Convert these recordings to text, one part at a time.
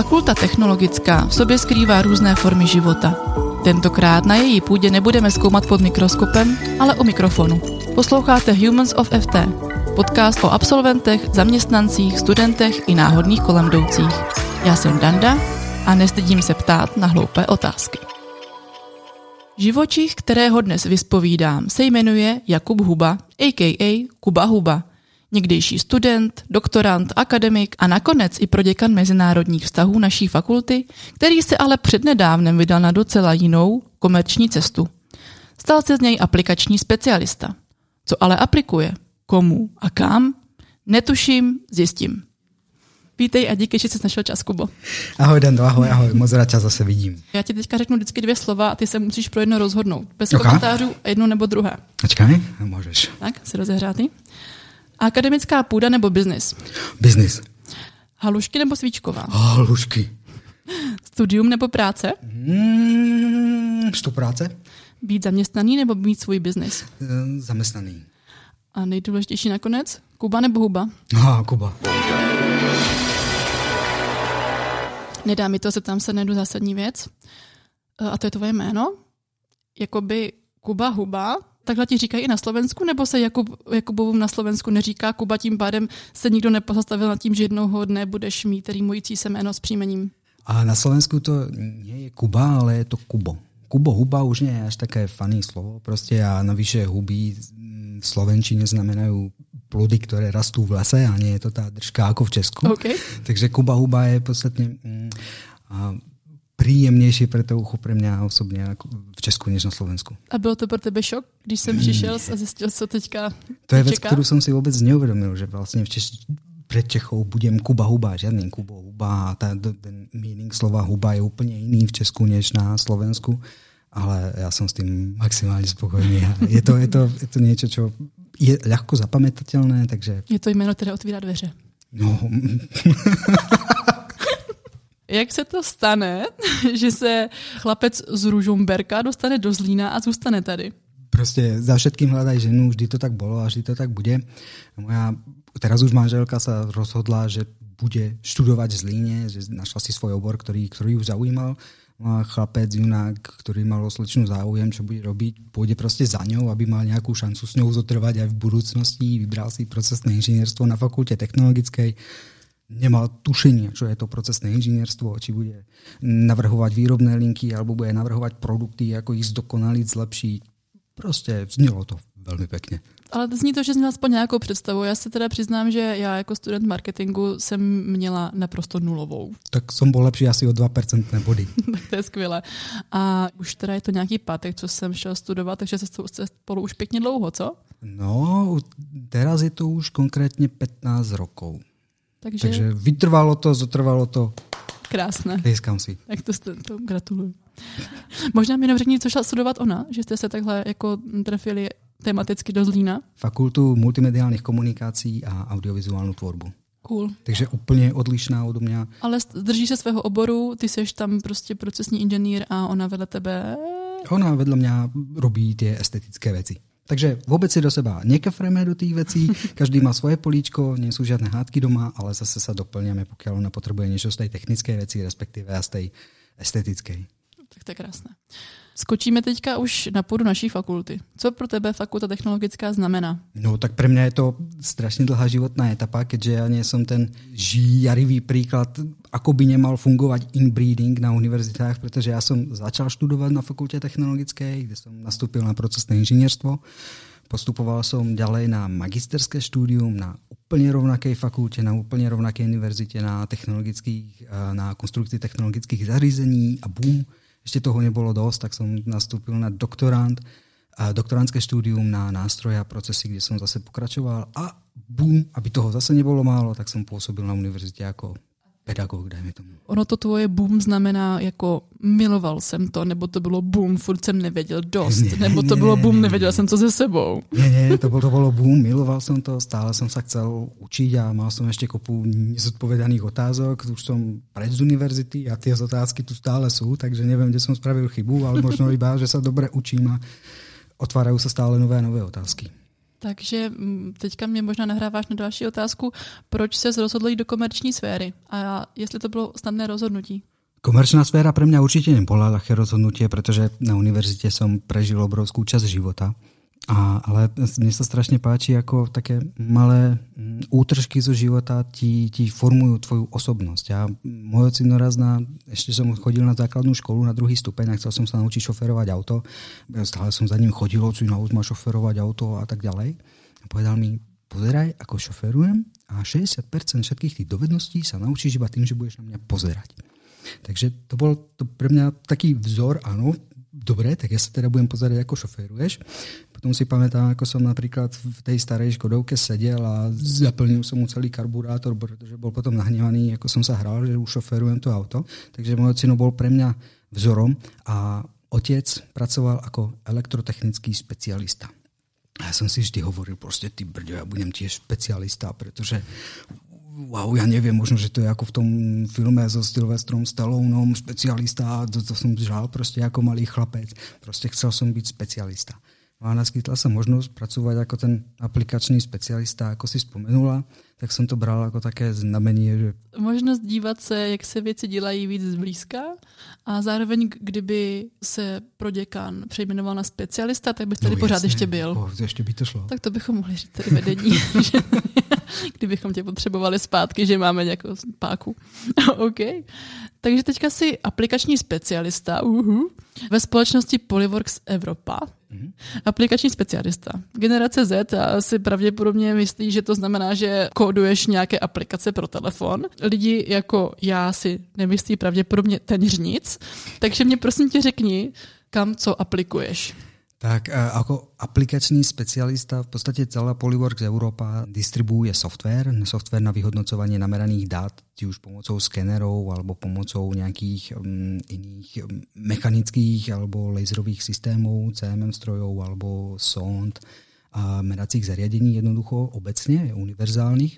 Fakulta technologická v sobě skrývá různé formy života. Tentokrát na její půdě nebudeme zkoumat pod mikroskopem, ale u mikrofonu. Posloucháte Humans of FT, podcast o absolventech, zaměstnancích, studentech i náhodných kolem jdoucích. Já jsem Danda a nestydím se ptát na hloupé otázky. Živočich, kterého dnes vyspovídám, se jmenuje Jakub Huba, a.k.a. Kuba Huba. Někdejší student, doktorant, akademik a nakonec i proděkan mezinárodních vztahů naší fakulty, který se ale přednedávnem vydal na docela jinou, komerční cestu. Stal se z něj aplikační specialista. Co ale aplikuje? Komu a kam? Netuším, zjistím. Vítej a díky, že jsi našel čas, Kubo. Ahoj Dando, ahoj, moc rád tě zase vidím. Já ti teďka řeknu vždycky 2 slova a ty se musíš pro jedno rozhodnout. Bez komentářů, jedno nebo druhé. Počkej, můžeš. Tak, jsi rozehřátý. Akademická půda nebo biznis? Biznis. Halušky nebo svíčková? Halušky. Studium nebo práce? Práce. Být zaměstnaný nebo mít svůj biznis? Zaměstnaný. A nejdůležitější nakonec? Kuba nebo Huba? Kuba. Nedá mi to, zeptám se na jednu zásadní věc. A to je tvoje jméno? Jakoby Kuba Huba? Takhle ti říkají i na Slovensku, nebo se Jakubovům na Slovensku neříká Kuba, tím pádem se nikdo nepozastavil nad tím, že jednoho dne budeš mít rýmující se jméno s příjmením? A na Slovensku to nie je Kuba, ale je to Kubo. Kubo Huba už nie je až také funny slovo, prostě a navyše huby v slovenčině znamenají plody, které rastú v lese a nie je to tá držka jako v Česku. Okay. Takže Kuba Huba je podstatně príjemnější pre to ucho pre mňa osobně v Česku než na Slovensku. A bylo to pro tebe šok, když jsem přišel a zjistil, co teďka to je věc, kterou jsem si vůbec neuvědomil, že vlastně před Čechou budem Kuba Huba, žádný Kubo Huba a ten meaning slova huba je úplně jiný v Česku než na Slovensku, ale já jsem s tím maximálně spokojný. Je to něco, čo je ľahko zapamätateľné, takže... Je to jméno, které otvírá dveře. No... Jak se to stane, že se chlapec z Ružomberka dostane do Zlína a zůstane tady? Prostě za všetkým hľadaj ženu, vždy to tak bolo a vždy to tak bude. Moja teraz už manželka sa rozhodla, že bude študovať v Zlíne, že našla si svoj obor, ktorý ju zaujímal. A chlapec, junák, ktorý mal slečnú záujem, čo bude robiť, pôjde proste za ňou, aby mal nejakú šancu s ňou zotrvať aj v budúcnosti. Vybral si procesné inžinierstvo na fakulte technologickej. Nemal tušení, čo je to procesné inžinierstvo, či bude navrhovať výrobné linky, alebo bude navrhovať produkty, ako ich zdokonaliť, zlepšiť. Prostě znělo to velmi pěkně. Ale zní to, že jsi měl aspoň nějakou představu. Já se teda přiznám, že já jako student marketingu jsem měla naprosto nulovou. Tak jsem byl lepší asi o 2% body. Tak to je skvělé. A už teda je to nějaký pátek, co jsem šel studovat, takže se spolu už pěkně dlouho, co? No, teraz je to už konkrétně 15 rokov. Takže zotrvalo to. Krásné. Lískám si. Tak to gratuluju. Možná mi jenom řekni, co šla studovat ona, že jste se takhle jako trefili tematicky do Zlína. Fakultu multimediálních komunikací a audiovizuální tvorbu. Cool. Takže úplně odlišná od mě. Ale drží se svého oboru, ty seš tam prostě procesní inženýr a ona vedle tebe? Ona vedle mě robí ty estetické věci. Takže vůbec si do seba nekefreme do tých vecí, každý má svoje políčko, nie sú žiadne hádky doma, ale zase sa doplňame, pokiaľ ona potrebuje niečo z tej technické veci, respektíve a z tej estetickej. Tak to je krásné. Skočíme teďka už na půdu naší fakulty. Co pro tebe fakulta technologická znamená? No tak pre mňa je to strašne dlhá životná etapa, keďže ja nie som ten žiarivý príklad, ako by nemal fungovať inbreeding na univerzitách, pretože ja som začal študovať na fakulte technologickej, kde som nastúpil na procesné inžinierstvo. Postupoval som ďalej na magisterské štúdium na úplne rovnakej fakulte, na úplne rovnakej univerzite, na konstrukcii technologických zařízení a boom. Ešte toho nebolo dosť, tak som nastúpil na doktorantské štúdium na nástroje a procesy, kde som zase pokračoval a boom, aby toho zase nebolo málo, tak som pôsobil na univerzite ako pedagog, dajme tomu. Ono to tvoje boom znamená jako miloval jsem to, nebo to bylo boom, furt jsem nevěděl dost, nebo to bylo boom, nevěděl jsem co se sebou. Nie, to bylo boom, miloval som to, stále som sa chcel učiť a mal som ešte kopu nezodpovedaných otázok, už som preč z univerzity a tie otázky tu stále sú, takže neviem, kde som spravil chybu, ale možno iba, že sa dobre učím a otvárajú sa stále nové otázky. Takže teďka mě možná nahráváš na další otázku, proč se rozhodl jít do komerční sféry a jestli to bylo snadné rozhodnutí? Komerčná sféra pre mňa určite nebola ľahké rozhodnutie, pretože na univerzite som prežil obrovskú časť života. Ale mne sa strašne páči, ako také malé útržky zo života ti formujú tvoju osobnosť. Ja môj ocino raz ešte som chodil na základnú školu na 2. stupeň a chcel som sa naučiť šoferovať auto. Stále som za ním chodil, ocino má šoferovať auto a tak ďalej. A povedal mi, pozeraj, ako šoferujem a 60% všetkých tých dovedností sa naučíš iba tým, že budeš na mňa pozerať. Takže to bol to pre mňa taký vzor, áno, dobre, tak ja sa teda budem pozerať, ako šoféruješ. Potom si pamätám, ako som napríklad v tej starej Škodovke sedel a zaplnil som mu celý karburátor, pretože bol potom nahnevaný, ako som sa hral, že už šoférujem to auto. Takže môj ocino bol pre mňa vzorom a otec pracoval ako elektrotechnický specialista. A ja som si vždy hovoril, proste ty brďo, ja budem tiež specialista, pretože wow, ja neviem, možno, že to je ako v tom filme so Sylvestrom Stalloneom, specialista, to som žal proste ako malý chlapec. Proste chcel som byť specialista. No a naskytla sa možnosť pracovať ako ten aplikačný specialista, ako si spomenula, tak som to bral ako také znamenie, že... Možnost dívat se, jak se věci dělají víc zblízka a zároveň, kdyby se proděkan přejmenoval na specialista, tak by tady pořád ještě byl. Ještě by to šlo. Tak to bychom mohli říct tady vedení, že kdybychom tě potřebovali zpátky, že máme nějakou páku. OK. Takže teďka si aplikační specialista ve společnosti Polyworks Evropa. Aplikační specialista. Generace Z si pravděpodobně myslí, že to znamená, že kóduješ nějaké aplikace pro telefon. Lidi jako já si nemyslí pravděpodobně téměř nic. Takže mě prosím tě řekni, kam co aplikuješ. Tak ako aplikačný specialista v podstate celá Polyworks Európa distribuuje software na vyhodnocovanie nameraných dát, či už pomocou skenerov alebo pomocou nejakých iných mechanických alebo laserových systémov, CMM strojov alebo sond a meracích zariadení jednoducho obecne, univerzálnych.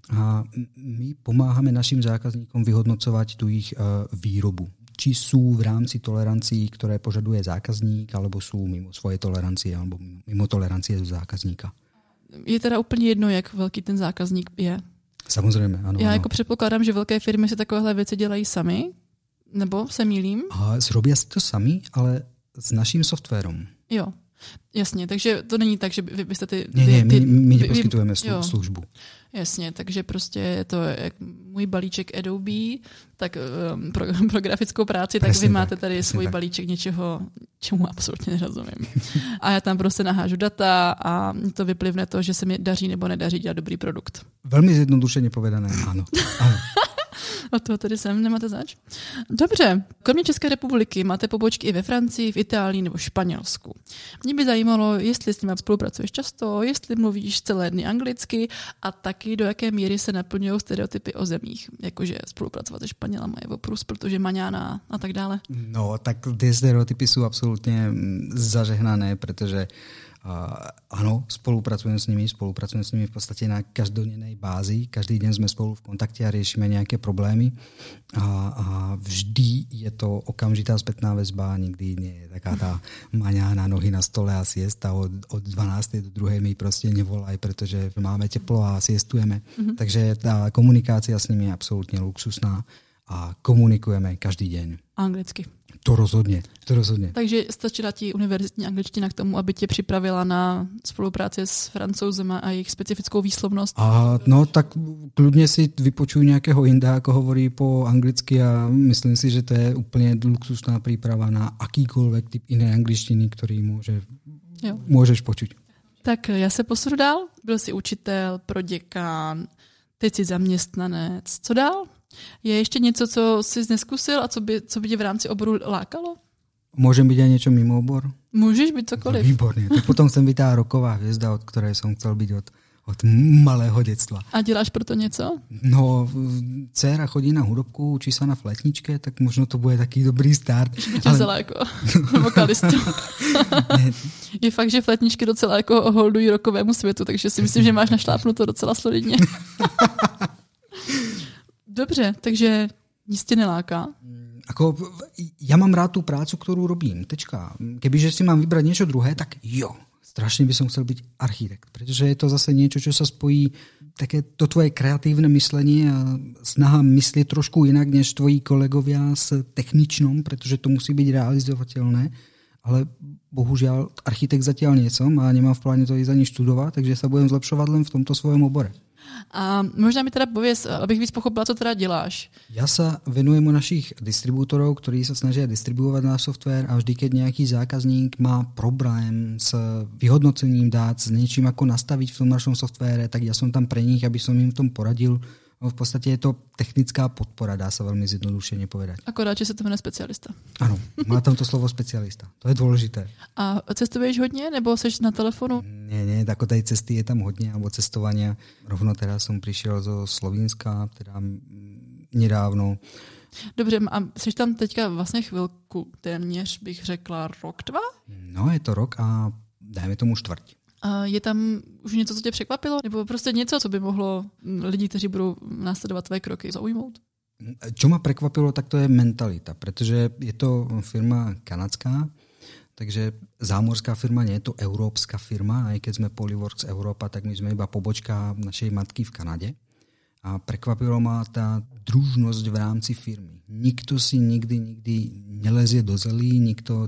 A my pomáhame našim zákazníkom vyhodnocovať tú ich výrobu. Či sú v rámci tolerancií, ktoré požaduje zákazník, alebo sú mimo svoje tolerancie, alebo mimo tolerancie zákazníka. Je teda úplně jedno, jak velký ten zákazník je? Samozřejmě, ano. Já jako předpokládám, že velké firmy si takovéhle věci dělají sami, nebo se mýlím? Zrobia si to sami, ale s naším softwarom. Jo, jasně, takže to není tak, že vy byste my neposkytujeme službu. Jasně, takže prostě je to jak můj balíček Adobe, tak pro grafickou práci, tak vy máte tady svůj balíček něčeho, čemu absolutně nerozumím. A já tam prostě nahážu data a to vyplivne to, že se mi daří nebo nedaří dělat dobrý produkt. Velmi zjednodušeně povedané, ano. Od toho tady jsem, nemáte zač? Dobře, kromě České republiky máte pobočky i ve Francii, v Itálii nebo Španělsku. Mě by zajímalo, jestli s nimi spolupracuješ často, jestli mluvíš celé dny anglicky a taky do jaké míry se naplňují stereotypy o zemích, jakože spolupracovat se Španělama je oprus, protože maňána a tak dále. No, tak ty stereotypy jsou absolutně zažehnané, protože áno, spolupracujem s nimi v podstate na každodennej bázi. Každý deň sme spolu v kontakte a riešime nejaké problémy. A vždy je to okamžitá spätná väzba, nikdy nie je taká tá maňána nohy na stole a siesta od 12. do 2. mi proste nevolaj, pretože máme teplo a siestujeme. Takže tá komunikácia s nimi je absolútne luxusná a komunikujeme každý deň. Anglicky. To rozhodně. Takže stačila ti univerzitní angličtina k tomu, aby tě připravila na spolupráci s Francouzema a jejich specifickou výslovnost? No tak kludně si vypočuj nějakého Inda, ako hovorí po anglicky a myslím si, že to je úplně luxusná příprava na akýkoľvek typ iné angličtiny, který můžeš počuť. Tak já se posunu dál. Byl jsi učitel, proděkán, teď jsi zaměstnanec. Co dál? Je ještě něco, co jsi neskusil a co by tě v rámci oboru lákalo? Môžem byť aj niečo mimo obor? Můžeš být cokoliv. Výborně. Tak potom chcem byť tá roková hvězda, od které jsem chcel být od malého dětstva. A děláš proto něco? No, dcera chodí na hudobku, učí se na flétničke, tak možno to bude taký dobrý start. Že by tě vzala jako vokalistu. Je fakt, že flétničky docela jako holdují rockovému světu, takže si myslím, že máš našlápnuto docela solidně. Dobře, takže nic tě neláká? Ja mám rád tú prácu, ktorú robím. Tečka. Kebyže si mám vybrať niečo druhé, tak jo. strašne by som chcel byť architekt, pretože je to zase niečo, čo sa spojí také to tvoje kreatívne myslenie a snaha myslieť trošku inak než tvoji kolegovia s techničnom, pretože to musí byť realizovateľné, ale bohužiaľ architekt zatiaľ nie som a nemám v pláne to ísť ani študovať, takže sa budem zlepšovať len v tomto svojom obore. A možná mi teda pověz, abych víc pochopila, co teda děláš. Ja sa venujem u našich distribútorov, ktorí sa snažia distribuovať náš software a vždy, keď nejaký zákazník má problém s vyhodnocením dát, s niečím, ako nastaviť v tom našom softvére, tak ja som tam pre nich, aby som im v tom poradil. V podstate je to technická podpora, dá sa veľmi zjednodušene povedať. Akorát, že sa to jmenuje specialista. Áno, má tam to slovo specialista. To je dôležité. A cestuješ hodně, nebo seš na telefonu? Nie, ako tej cesty je tam hodně, alebo cestovania. Rovno teraz som prišiel zo Slovenska, teda nedávno. Dobře, a jsi tam teďka vlastně chvilku, téměř bych řekla rok, 2? No, je to rok a dajme tomu 4. A je tam už něco, co tě překvapilo? Nebo prostě něco, co by mohlo lidi, kteří budou následovat tvoje kroky, zaujmout? Čo ma prekvapilo, tak to je mentalita, pretože je to firma kanadská, takže zámorská firma, nie je to európska firma, aj keď sme Polyworks Európa, tak my sme iba pobočka našej matky v Kanade. A prekvapilo ma tá družnosť v rámci firmy. Nikto si nikdy nelezie do zelí, nikto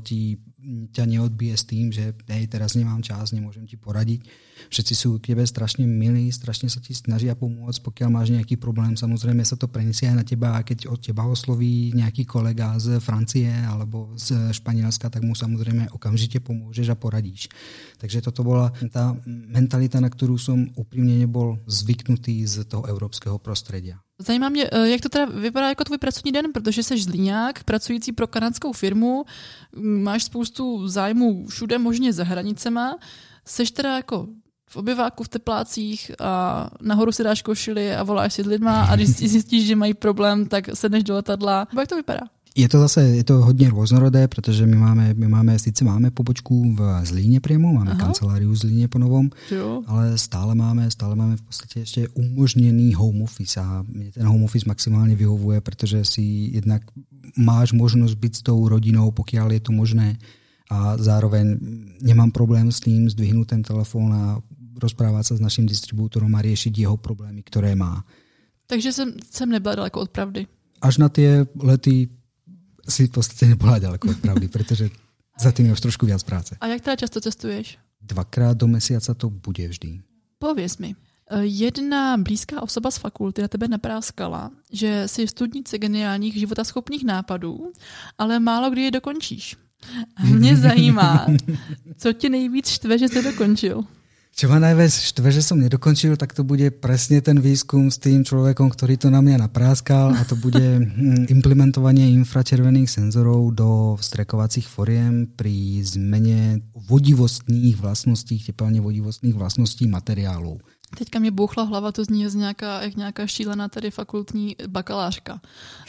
ťa neodbije s tým, že teraz nemám čas, nemôžem ti poradiť. Všetci sú k tebe strašne milí, strašne sa ti snažia pomôcť, pokiaľ máš nejaký problém, samozrejme sa to preniesie aj na teba a keď od teba osloví nejaký kolega z Francie alebo z Španielska, tak mu samozrejme okamžite pomôžeš a poradíš. Takže toto bola tá mentalita, na ktorú som úprimne nebol zvyknutý z toho európskeho prostredia. Zajímá mě, jak to teda vypadá jako tvůj pracovní den, protože jsi Zlíňák, pracující pro kanadskou firmu, máš spoustu zájmů všude možně za hranicema, seš teda jako v obyváku, v teplácích a nahoru si dáš košili a voláš si s lidma a když zjistíš, že mají problém, tak sedneš do letadla. Jak to vypadá? Je to hodně rôznorodé, pretože my máme pobočku v Zlíne priamo, máme kanceláriu v Zlíne po novom, ale stále máme v podstate ešte umožnený home office a mne ten home office maximálne vyhovuje, pretože si jednak máš možnosť byť s tou rodinou, pokiaľ je to možné a zároveň nemám problém s tým zdvihnúť ten telefón a rozprávať sa s naším distribútorom a riešiť jeho problémy, ktoré má. Takže jsem nebyla daleko od pravdy. Až na tie lety si v podstate nebola ďaleko od pravdy, pretože za tým je už trošku viac práce. A jak teda často cestuješ? 2krát do mesiaca to bude vždy. Pověz mi, jedna blízká osoba z fakulty na tebe napráskala, že jsi studnice geniálních životaschopných nápadů, ale málo kdy je dokončíš. A mě zajímá, co ti nejvíc štve, že jsi dokončil? Čo ma najviac štve, že som nedokončil, tak to bude presne ten výskum s tým človekom, ktorý to na mňa napráskal a to bude implementovanie infračervených senzorov do vstrekovacích foriem pri zmene vodivostných vlastností, tepelne vodivostných vlastností materiálov. Teďka mě bouchla hlava, to zní jak nějaká šílená tady fakultní bakalářka.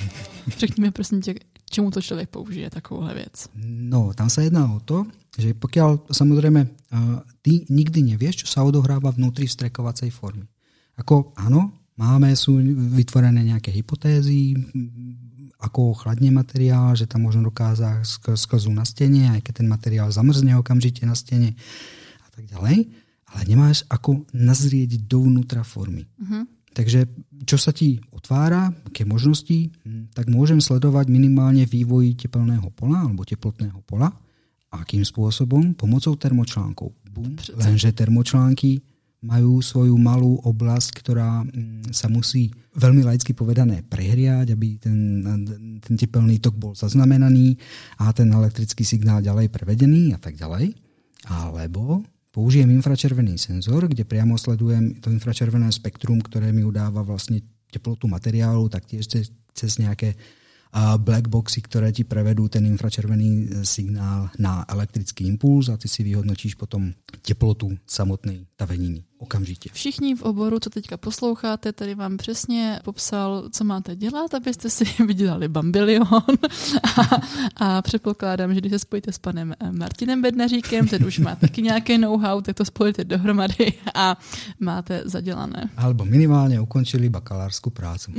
Řekni mi prosím tě, čemu to člověk použije, takovouhle věc? No, tam sa jedná o to, že pokiaľ samozrejme ty nikdy nevieš, čo sa odohráva vnútri vstrekovacej formy. Ako áno, sú vytvorené nejaké hypotézy, ako chladne materiál, že tam možno dokázať sklzu na stene, aj keď ten materiál zamrzne okamžite na stene a tak ďalej, ale nemáš ako nazrieť dovnútra formy. Takže čo sa ti otvára, aké možnosti, tak môžem sledovať minimálne vývoj tepelného pola alebo teplotného pola. Akým spôsobom? Pomocou termočlánkov. Lenže termočlánky majú svoju malú oblasť, ktorá sa musí veľmi laicky povedané prehriať, aby ten tepelný tok bol zaznamenaný a ten elektrický signál ďalej prevedený a tak ďalej. Alebo použijem infračervený senzor, kde priamo sledujem to infračervené spektrum, ktoré mi udáva vlastne teplotu materiálu, tak tiež cez nejaké blackboxy, ktoré ti prevedú ten infračervený signál na elektrický impuls a ty si vyhodnotíš potom teplotu samotnej taveniny okamžitě. Všichni v oboru, co teďka posloucháte, tady vám přesně popsal, co máte dělat, abyste si vydělali bambilion a předpokládám, že když se spojíte s panem Martinem Bednaříkem, ten už má taky nějaké know-how, tak to spojíte dohromady a máte zadělané. Alebo minimálně ukončili bakalářskou prácu.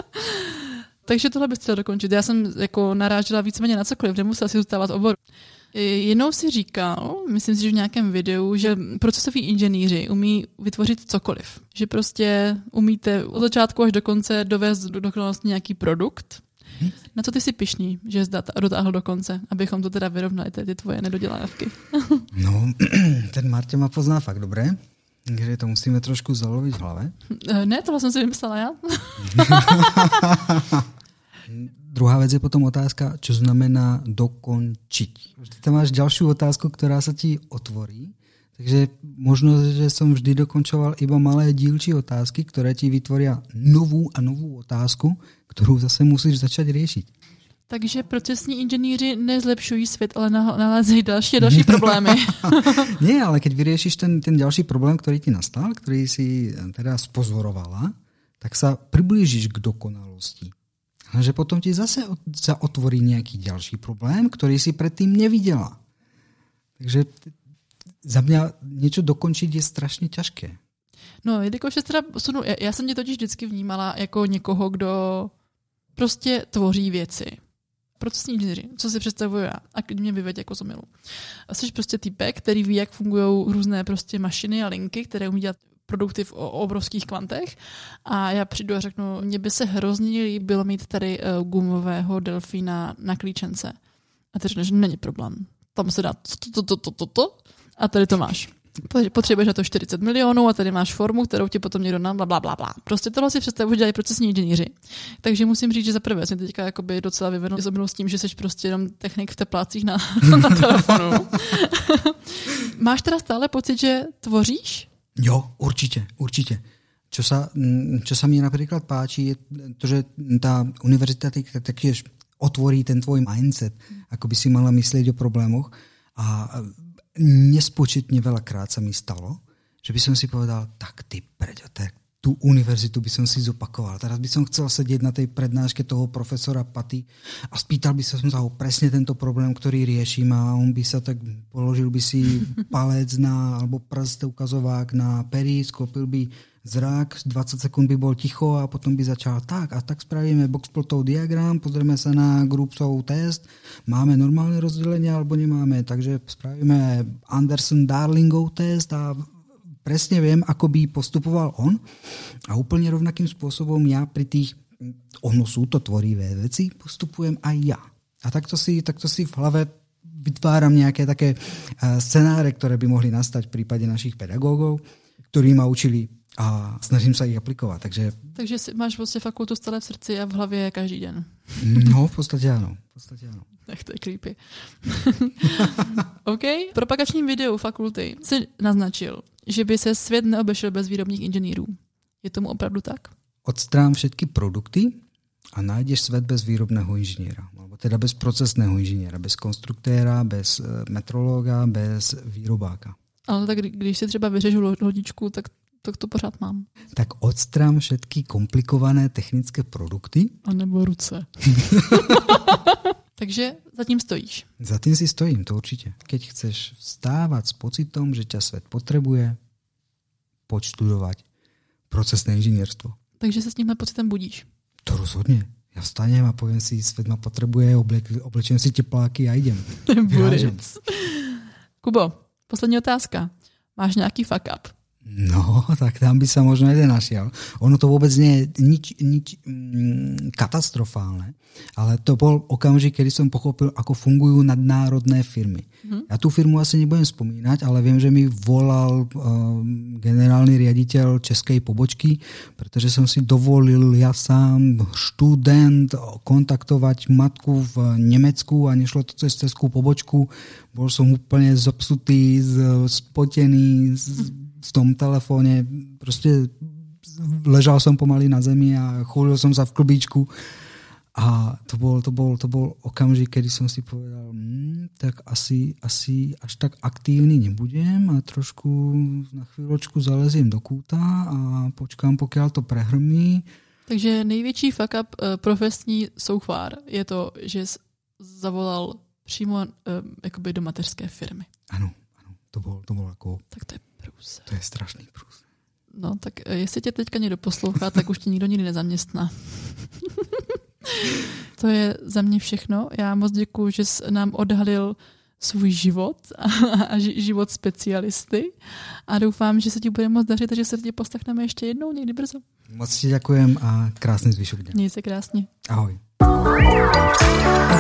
Takže tohle bys chtěla dokončit. Já jsem jako narážela víceméně na cokoliv, nemusela si zůstávat v oboru. Jednou si říkal, myslím si, že v nějakém videu, že procesoví inženýři umí vytvořit cokoliv. Že prostě umíte od začátku až do konce dovést do dokonalosti nějaký produkt. Na co ty jsi pyšný, že jsi dotáhl do konce, abychom to teda vyrovnali, ty tvoje nedodělávky? No, ten Martin ma pozná fakt dobré, takže to musíme trošku zalovit v hlave. Ne, tohle jsem si vymyslela já. Druhá vec je potom otázka, čo znamená dokončiť. Vždy tam máš ďalšiu otázku, ktorá sa ti otvorí. Takže možno, že som vždy dokončoval iba malé dílčí otázky, ktoré ti vytvoria novú a novú otázku, ktorú zase musíš začať riešiť. Takže procesní inženýři nezlepšují svět, ale nalézají další a další problémy. Nie, ale keď vyriešiš ten ďalší problém, ktorý ti nastal, ktorý si teda spozorovala, tak sa priblížiš k dokonalosti. Že potom ti zase sa otvorí nejaký ďalší problém, ktorý si predtým nevidela. Takže za mňa niečo dokončiť je strašně ťažké. No, jelikož se teda posunu, já jsem tě totiž vždycky vnímala jako někoho, kdo prostě tvoří věci. Procesní inženýři, co si představuju já, a když mě vyveď jako zomilu. Jsi prostě týpek, který ví, jak fungují různé prostě mašiny a linky, které umí dělat produkty v obrovských kvantech a já přijdu a řeknu, mně by se hrozně líbilo mít tady gumového delfína na klíčence. A ty řekneš, že není problém. Tam se dá to a tady to máš. Potřebuješ na to 40 milionů a tady máš formu, kterou ti potom někdo nám blablabla. Prostě tohle si představuji, že dělají procesní inženýři. Takže musím říct, že za prvé jsem teďka jakoby docela vyvinul s tím, že jsi prostě jenom technik v teplácích na telefonu. Máš teda stále pocit, že tvoříš? Jo, určite. Čo sa mi napríklad páči, je to, že tá univerzita taktiež otvorí ten tvoj mindset, ako by si mala myslieť o problémoch. A nespočetne veľakrát sa mi stalo, že by som si povedal, tak ty preďo, tú univerzitu by som si zopakoval. Teraz by som chcel sedieť na tej prednáške toho profesora Paty a spýtal by som sa ho presne tento problém, ktorý riešim a on by sa tak položil by si palec alebo prst ukazovák na pery, sklopil by zrak, 20 sekúnd by bol ticho a potom by začal tak spravíme boxplotov diagram, pozrieme sa na Groupsov test, máme normálne rozdelenie alebo nemáme, takže spravíme Anderson-Darlingov test a presne viem, ako by postupoval on a úplne rovnakým spôsobom ja pri tých, ono sú to tvorivé veci, postupujem aj ja. A takto si v hlave vytváram nejaké také scenáre, ktoré by mohli nastať v prípade našich pedagógov, ktorí ma učili a snažím sa ich aplikovať. Takže máš vlastně fakultu stále v srdci a v hlavě každý den. No, v podstatě ano. Tak to je creepy. OK. V propagačním videu fakulty si naznačil, že by se svět neobešel bez výrobních inženýrů. Je tomu opravdu tak? Odstrám všetky produkty a nájdeš svět bez výrobného inženýra. Alebo teda bez procesného inženýra, bez konstruktéra, bez metrologa, bez výrobáka. Ale tak když si třeba vyřežu lodičku, tak to pořád mám. Tak odstrám všetky komplikované technické produkty. A nebo ruce. Takže zatím stojíš. Zatím si stojím, to určite. Keď chceš vstávať s pocitom, že ťa svet potrebuje, poď študovať procesné inžinierstvo. Takže se s tímhle pocitem budíš? To rozhodne. Ja vstanem a poviem si, svet ma potrebuje, oblečím si tepláky a idem. Kubo, poslední otázka. Máš nějaký fuck up? No, tak tam by sa možno jeden našiel. Ono to vôbec nie je nič katastrofálne, ale to bol okamžik, kedy som pochopil, ako fungujú nadnárodné firmy. Ja tú firmu asi nebudem spomínať, ale viem, že mi volal generálny riaditeľ českej pobočky, pretože som si dovolil ja sám študent kontaktovať matku v Nemecku a nešlo to cez českú pobočku. Bol som úplne zopsutý, spotený, v tom telefóne, proste ležal som pomaly na zemi a chúlil som sa v klbíčku a to bol okamžik, kedy som si povedal, tak asi až tak aktívny nebudem a trošku na chvíľočku zaleziem do kúta a počkám, pokiaľ to prehrmí. Takže největší fuck up profesní so far je to, že jsi zavolal přímo jakoby do mateřské firmy. Ano, to bolo ako... Tak to je průser. To je strašný průser. No, tak jestli tě teďka někdo poslouchá, tak už tě nikdo nikdy nezaměstná. To je za mě všechno. Já moc děkuju, že jsi nám odhalil svůj život a život specialisty a doufám, že se ti bude moc dařit a že se tě poslechneme ještě jednou někdy brzo. Moc ti děkujem a krásný zvyšok dne. Měj se krásně. Ahoj.